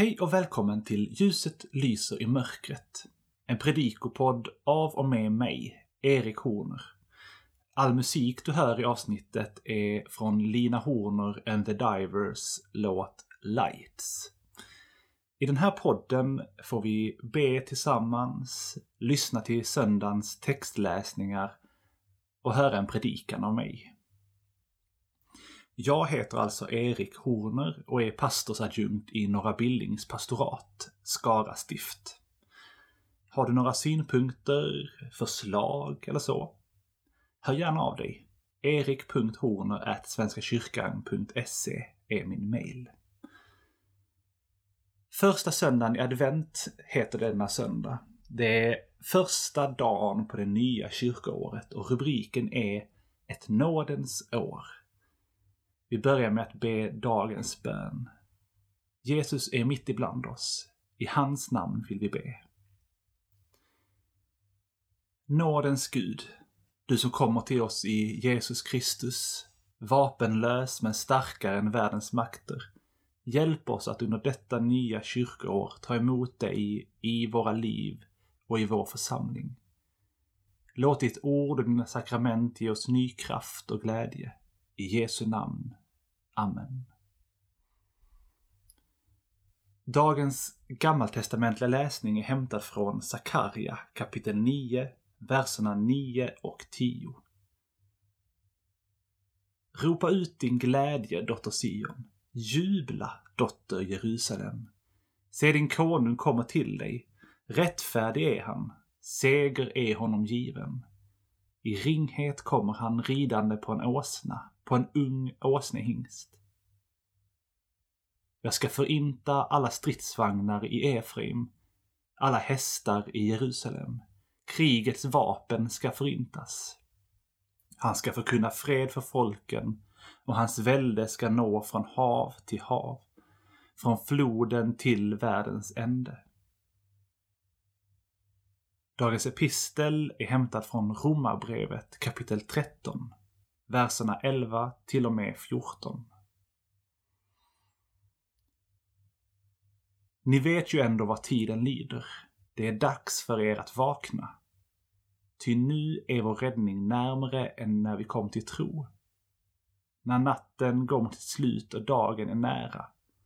Hej och välkommen till Ljuset lyser i mörkret. En predikopodd av och med mig, Erik Horner. All musik du hör i avsnittet är från Lina Horner and the Divers låt Lights. I den här podden får vi be tillsammans, lyssna till söndagens textläsningar och höra en predikan av mig. Jag heter alltså Erik Horner och är pastorsadjunkt i Norra Billings pastorat, Skara stift. Har du några synpunkter, förslag eller så? Hör gärna av dig. erik.horner@svenskakyrkan.se är min mail. Första söndagen i advent heter denna söndag. Det är första dagen på det nya kyrkoåret och rubriken är Ett nådens år. Vi börjar med att be dagens bön. Jesus är mitt ibland oss. I hans namn vill vi be. Nådens Gud, du som kommer till oss i Jesus Kristus, vapenlös men starkare än världens makter. Hjälp oss att under detta nya kyrkoår ta emot dig i våra liv och i vår församling. Låt ditt ord och dina sakrament ge oss ny kraft och glädje. I Jesu namn. Amen. Dagens gammaltestamentliga läsning är hämtad från Sakarja kapitel 9, verserna 9 och 10. Ropa ut din glädje, dotter Sion. Jubla, dotter Jerusalem. Se, din konung kommer till dig. Rättfärdig är han. Seger är honom given. I ringhet kommer han ridande på en åsna, på en ung åsnehingst. Jag ska förinta alla stridsvagnar i Efraim, alla hästar i Jerusalem. Krigets vapen ska förintas. Han ska förkunna fred för folken, och hans välde ska nå från hav till hav, från floden till världens ände. Dagens epistel är hämtad från Romarbrevet kapitel 13, verserna 11 till och med 14. Ni vet ju ändå vad tiden lider. Det är dags för er att vakna. Ty nu är vår räddning närmare än när vi kom till tro. När natten går mot sitt slut och dagen är nära.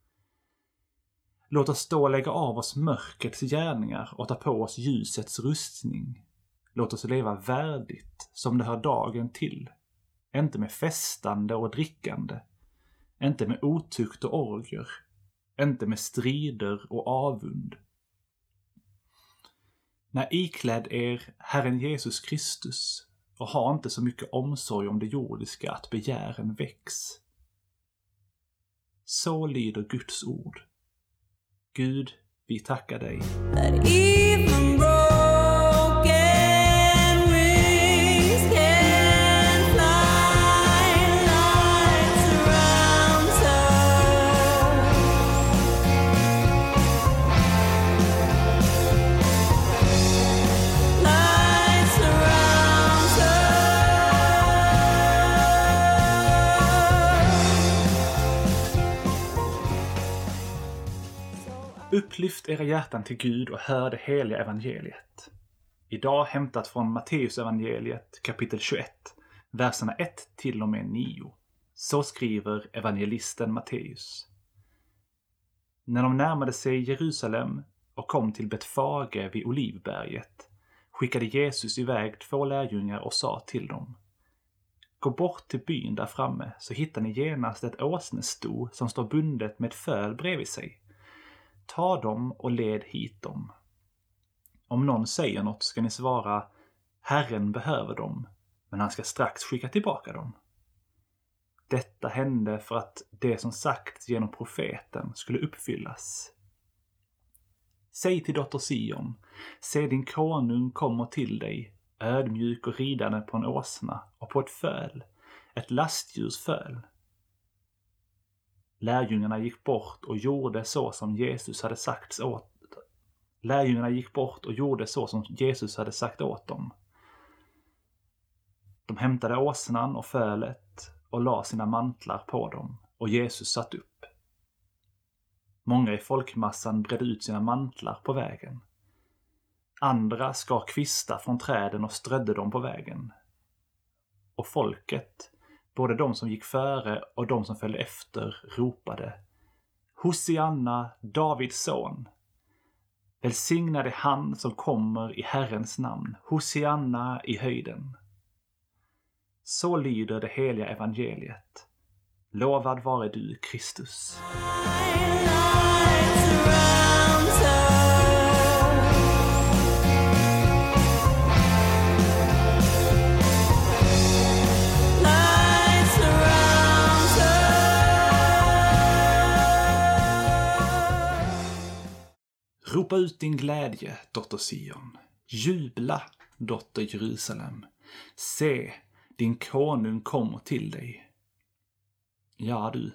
Låt oss då lägga av oss mörkrets gärningar och ta på oss ljusets rustning. Låt oss leva värdigt som det hör dagen till. Inte med festande och drickande. Inte med otukt och orger. Inte med strider och avund. När iklädd er Herren Jesus Kristus och ha inte så mycket omsorg om det jordiska att begären väcks. Så lyder Guds ord. Gud, vi tackar dig. Upplyft era hjärtan till Gud och hör det heliga evangeliet. Idag hämtat från Matteus evangeliet kapitel 21, verserna 1 till och med 9. Så skriver evangelisten Matteus. När de närmade sig Jerusalem och kom till Betfage vid Olivberget skickade Jesus iväg 2 lärjungar och sa till dem: Gå bort till byn där framme så hittar ni genast ett åsnesto som står bundet med ett föl bredvid sig. Ta dem och led hit dem. Om någon säger något ska ni svara: Herren behöver dem, men han ska strax skicka tillbaka dem. Detta hände för att det som sagt genom profeten skulle uppfyllas. Säg till dotter Sion: se, din konung kommer till dig, ödmjuk och ridande på en åsna och på ett föl, ett lastdjurs föl. Lärjungarna gick bort och gjorde så som Jesus hade sagt åt dem. De hämtade åsnan och fölet och la sina mantlar på dem, och Jesus satt upp. Många i folkmassan bredde ut sina mantlar på vägen. Andra skar kvistar från träden och strödde dem på vägen. Och folket, både de som gick före och de som följde efter, ropade: Hosianna, Davids son! Välsignade han som kommer i Herrens namn. Hosianna i höjden. Så lyder det heliga evangeliet. Lovad vare du, Kristus. Ropa ut din glädje, dotter Sion. Jubla, dotter Jerusalem. Se, din konung kommer till dig. Ja du.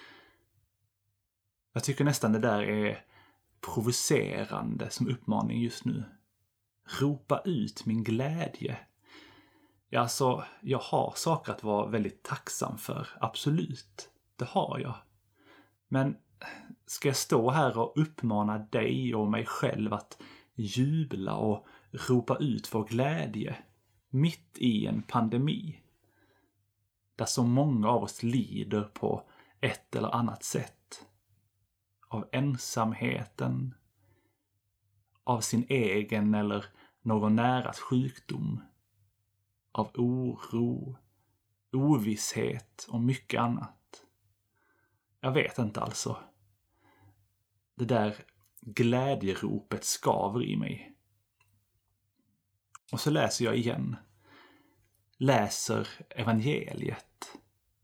Jag tycker nästan det där är provocerande som uppmaning just nu. Ropa ut min glädje. Ja, alltså, jag har saker att vara väldigt tacksam för. Absolut, det har jag. Men ska jag stå här och uppmana dig och mig själv att jubla och ropa ut vår glädje mitt i en pandemi? Där så många av oss lider på ett eller annat sätt. Av ensamheten, av sin egen eller någon näras sjukdom, av oro, ovisshet och mycket annat. Jag vet inte alltså. Det där glädjeropet skaver i mig. Och så läser jag igen. Läser evangeliet.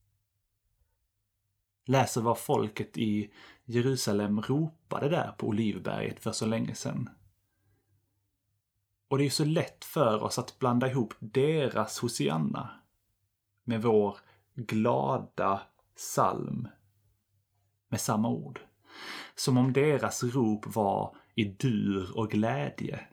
Läser vad folket i Jerusalem ropade där på Olivberget för så länge sedan. Och det är ju så lätt för oss att blanda ihop deras Hosianna med vår glada psalm med samma ord. Som om deras rop var i dur och glädje.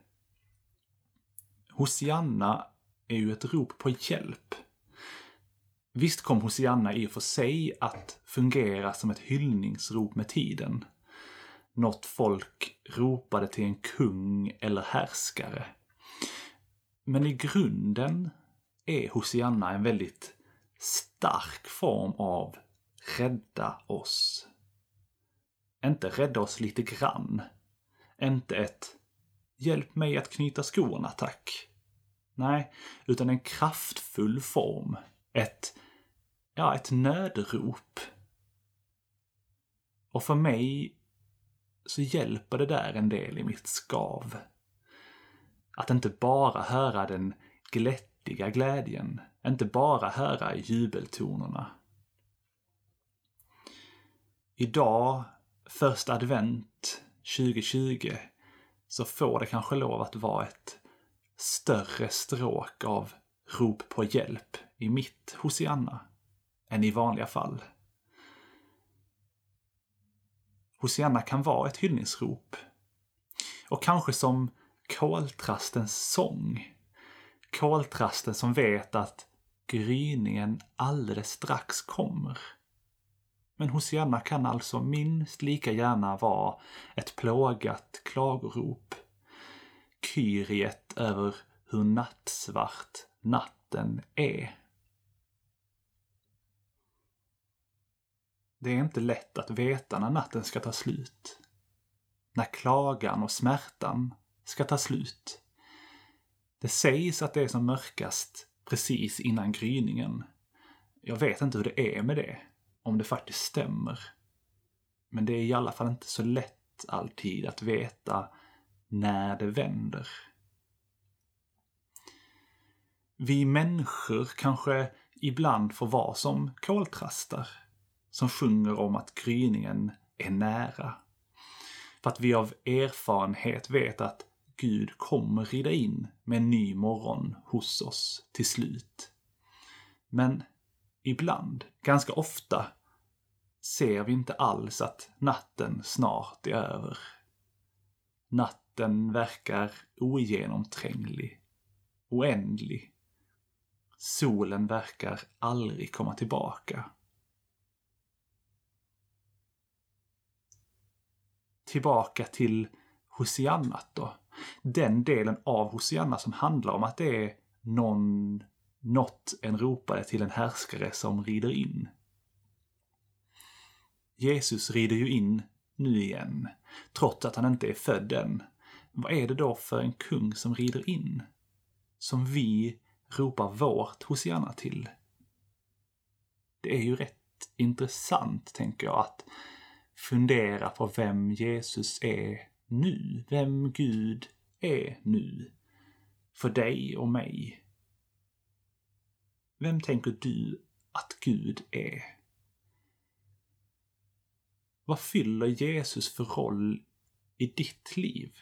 Hosianna är ju ett rop på hjälp. Visst kom Hosianna i och för sig att fungera som ett hyllningsrop med tiden. Något folk ropade till en kung eller härskare. Men i grunden är Hosianna en väldigt stark form av rädda oss. Inte rädda oss lite grann. Inte ett hjälp mig att knyta skorna, tack. Nej, utan en kraftfull form. Ett nödrop. Och för mig så hjälper det där en del i mitt skav. Att inte bara höra den glättiga glädjen. Inte bara höra jubeltonerna. Idag, första advent 2020, så får det kanske lov att vara ett större stråk av rop på hjälp i mitt Hosianna än i vanliga fall. Hosianna kan vara ett hyllningsrop. Och kanske som koltrastens sång. Koltrasten som vet att gryningen alldeles strax kommer. Men Hosianna kan alltså minst lika gärna vara ett plågat klagorop. Kyriet över hur nattsvart natten är. Det är inte lätt att veta när natten ska ta slut. När klagan och smärtan ska ta slut. Det sägs att det är som mörkast precis innan gryningen. Jag vet inte hur det är med det, om det faktiskt stämmer. Men det är i alla fall inte så lätt alltid att veta när det vänder. Vi människor kanske ibland får vara som koltrastar som sjunger om att gryningen är nära. För att vi av erfarenhet vet att Gud kommer rida in med en ny morgon hos oss till slut. Men ibland, ganska ofta, ser vi inte alls att natten snart är över. Natten verkar ogenomtränglig, oändlig. Solen verkar aldrig komma tillbaka. tillbaka till Hosiannat då. Den delen av Hosianna som handlar om att det är något en ropade till en härskare som rider in. Jesus rider ju in nu igen, trots att han inte är född än. Vad är det då för en kung som rider in? Som vi ropar vårt Hosianna till? Det är ju rätt intressant, tänker jag, att fundera på vem Jesus är nu. Vem Gud är nu. För dig och mig. Vem tänker du att Gud är? Vad fyller Jesus för roll i ditt liv?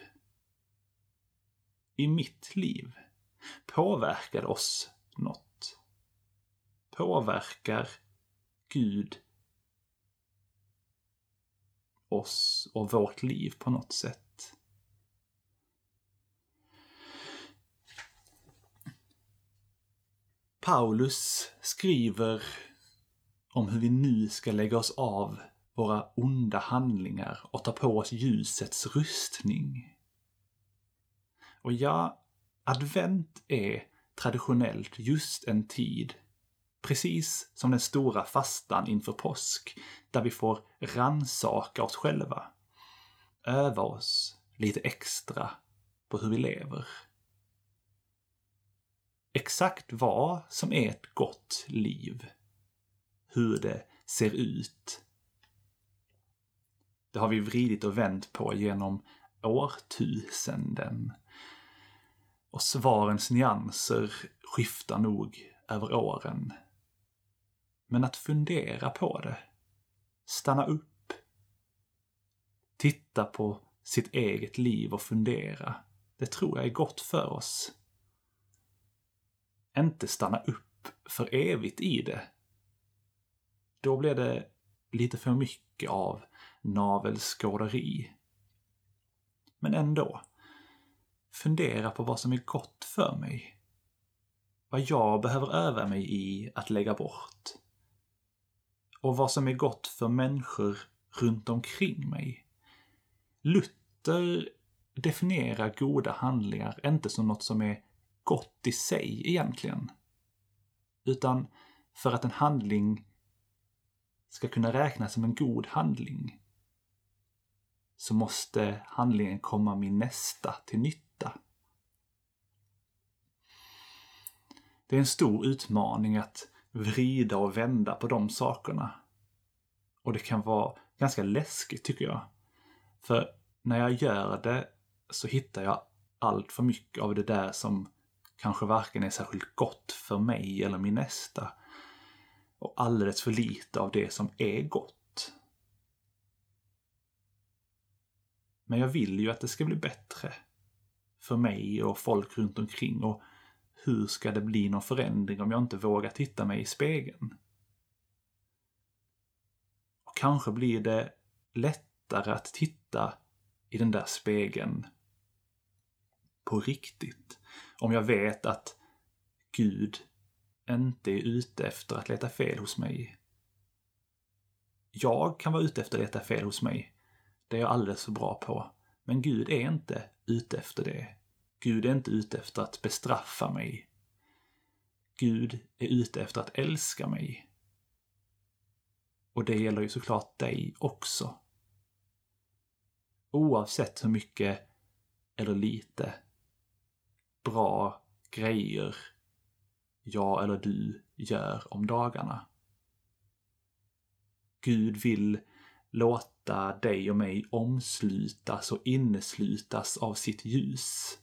I mitt liv? Påverkar oss något? Påverkar Gud oss och vårt liv på något sätt? Paulus skriver om hur vi nu ska lägga oss av våra onda handlingar och ta på oss ljusets rustning. Och ja, advent är traditionellt just en tid, precis som den stora fastan inför påsk, där vi får ransaka oss själva, öva oss lite extra på hur vi lever. Exakt vad som är ett gott liv, hur det ser ut, det har vi vridit och vänt på genom årtusenden. Och svarens nyanser skiftar nog över åren. Men att fundera på det, stanna upp, titta på sitt eget liv och fundera, det tror jag är gott för oss. Inte stanna upp för evigt i det. Då blir det lite för mycket av navelskåderi. Men ändå, fundera på vad som är gott för mig. Vad jag behöver öva mig i att lägga bort. Och vad som är gott för människor runt omkring mig. Luther definierar goda handlingar inte som något som är gott i sig egentligen. Utan för att en handling ska kunna räknas som en god handling så måste handlingen komma min nästa till nytta. Det är en stor utmaning att vrida och vända på de sakerna. Och det kan vara ganska läskigt, tycker jag. För när jag gör det så hittar jag allt för mycket av det där som kanske varken är särskilt gott för mig eller min nästa. Och alldeles för lite av det som är gott. Men jag vill ju att det ska bli bättre för mig och folk runt omkring. Och hur ska det bli någon förändring om jag inte vågar titta mig i spegeln? Och kanske blir det lättare att titta i den där spegeln på riktigt. Om jag vet att Gud inte är ute efter att leta fel hos mig. Jag kan vara ute efter att leta fel hos mig. Det är jag alldeles för bra på. Men Gud är inte ute efter det. Gud är inte ute efter att bestraffa mig. Gud är ute efter att älska mig. Och det gäller ju såklart dig också. Oavsett hur mycket eller lite bra grejer jag eller du gör om dagarna. Gud vill låta dig och mig omslutas och inneslutas av sitt ljus.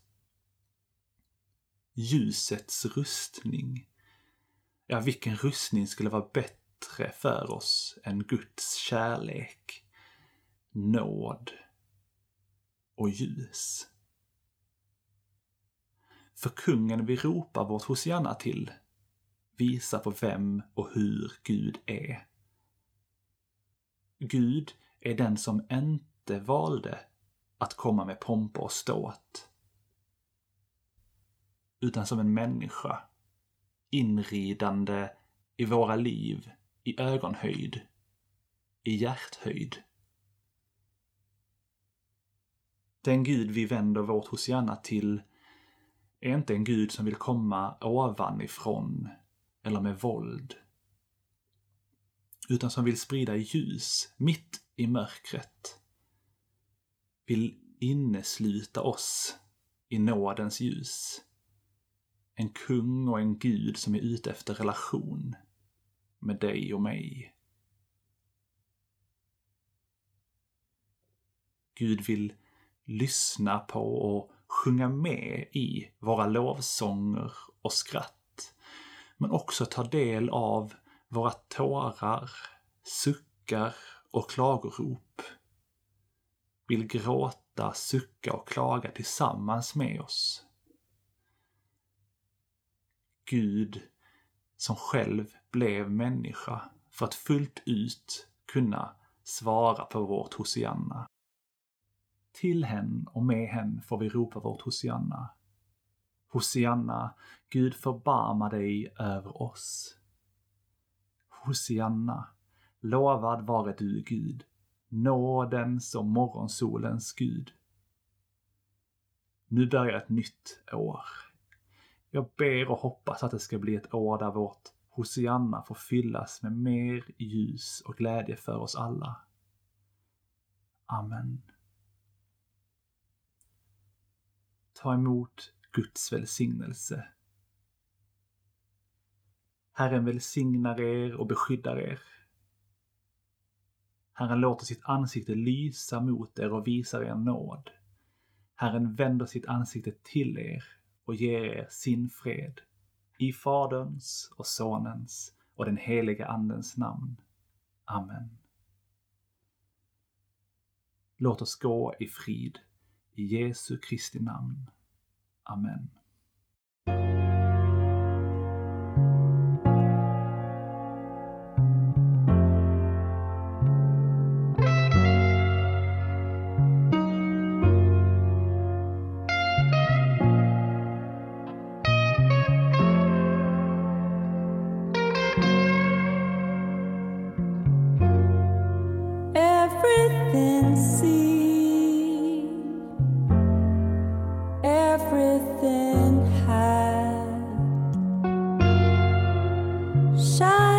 Ljusets rustning. Ja, vilken rustning skulle vara bättre för oss än Guds kärlek, nåd och ljus? För kungen vi ropar vårt Hosianna till visar på vem och hur Gud är. Gud är den som inte valde att komma med pompa och ståt, utan som en människa, inridande i våra liv, i ögonhöjd, i hjärthöjd. Den Gud vi vänder vårt Hosianna till är inte en Gud som vill komma ovanifrån eller med våld, utan som vill sprida ljus mitt i mörkret, vill innesluta oss i nådens ljus. En kung och en Gud som är ute efter relation med dig och mig. Gud vill lyssna på och sjunga med i våra lovsånger och skratt, men också ta del av våra tårar, suckar och klagorop. Vill gråta, sucka och klaga tillsammans med oss. Gud som själv blev människa för att fullt ut kunna svara på vårt Hosianna. Till hen och med hen får vi ropa vårt Hosianna. Hosianna, Gud förbarma dig över oss. Hosianna, lovad vare du Gud, nådens och morgonsolens Gud. Nu börjar ett nytt år. Jag ber och hoppas att det ska bli ett år där vårt Hosianna får fyllas med mer ljus och glädje för oss alla. Amen. Ta emot Guds välsignelse. Herren välsignar er och beskyddar er. Herren låter sitt ansikte lysa mot er och visar er nåd. Herren vänder sitt ansikte till er och ger er sin fred. I Faderns och Sonens och den heliga Andens namn. Amen. Låt oss gå i frid. I Jesu Kristi namn. Amen. Everything seen, everything had shine.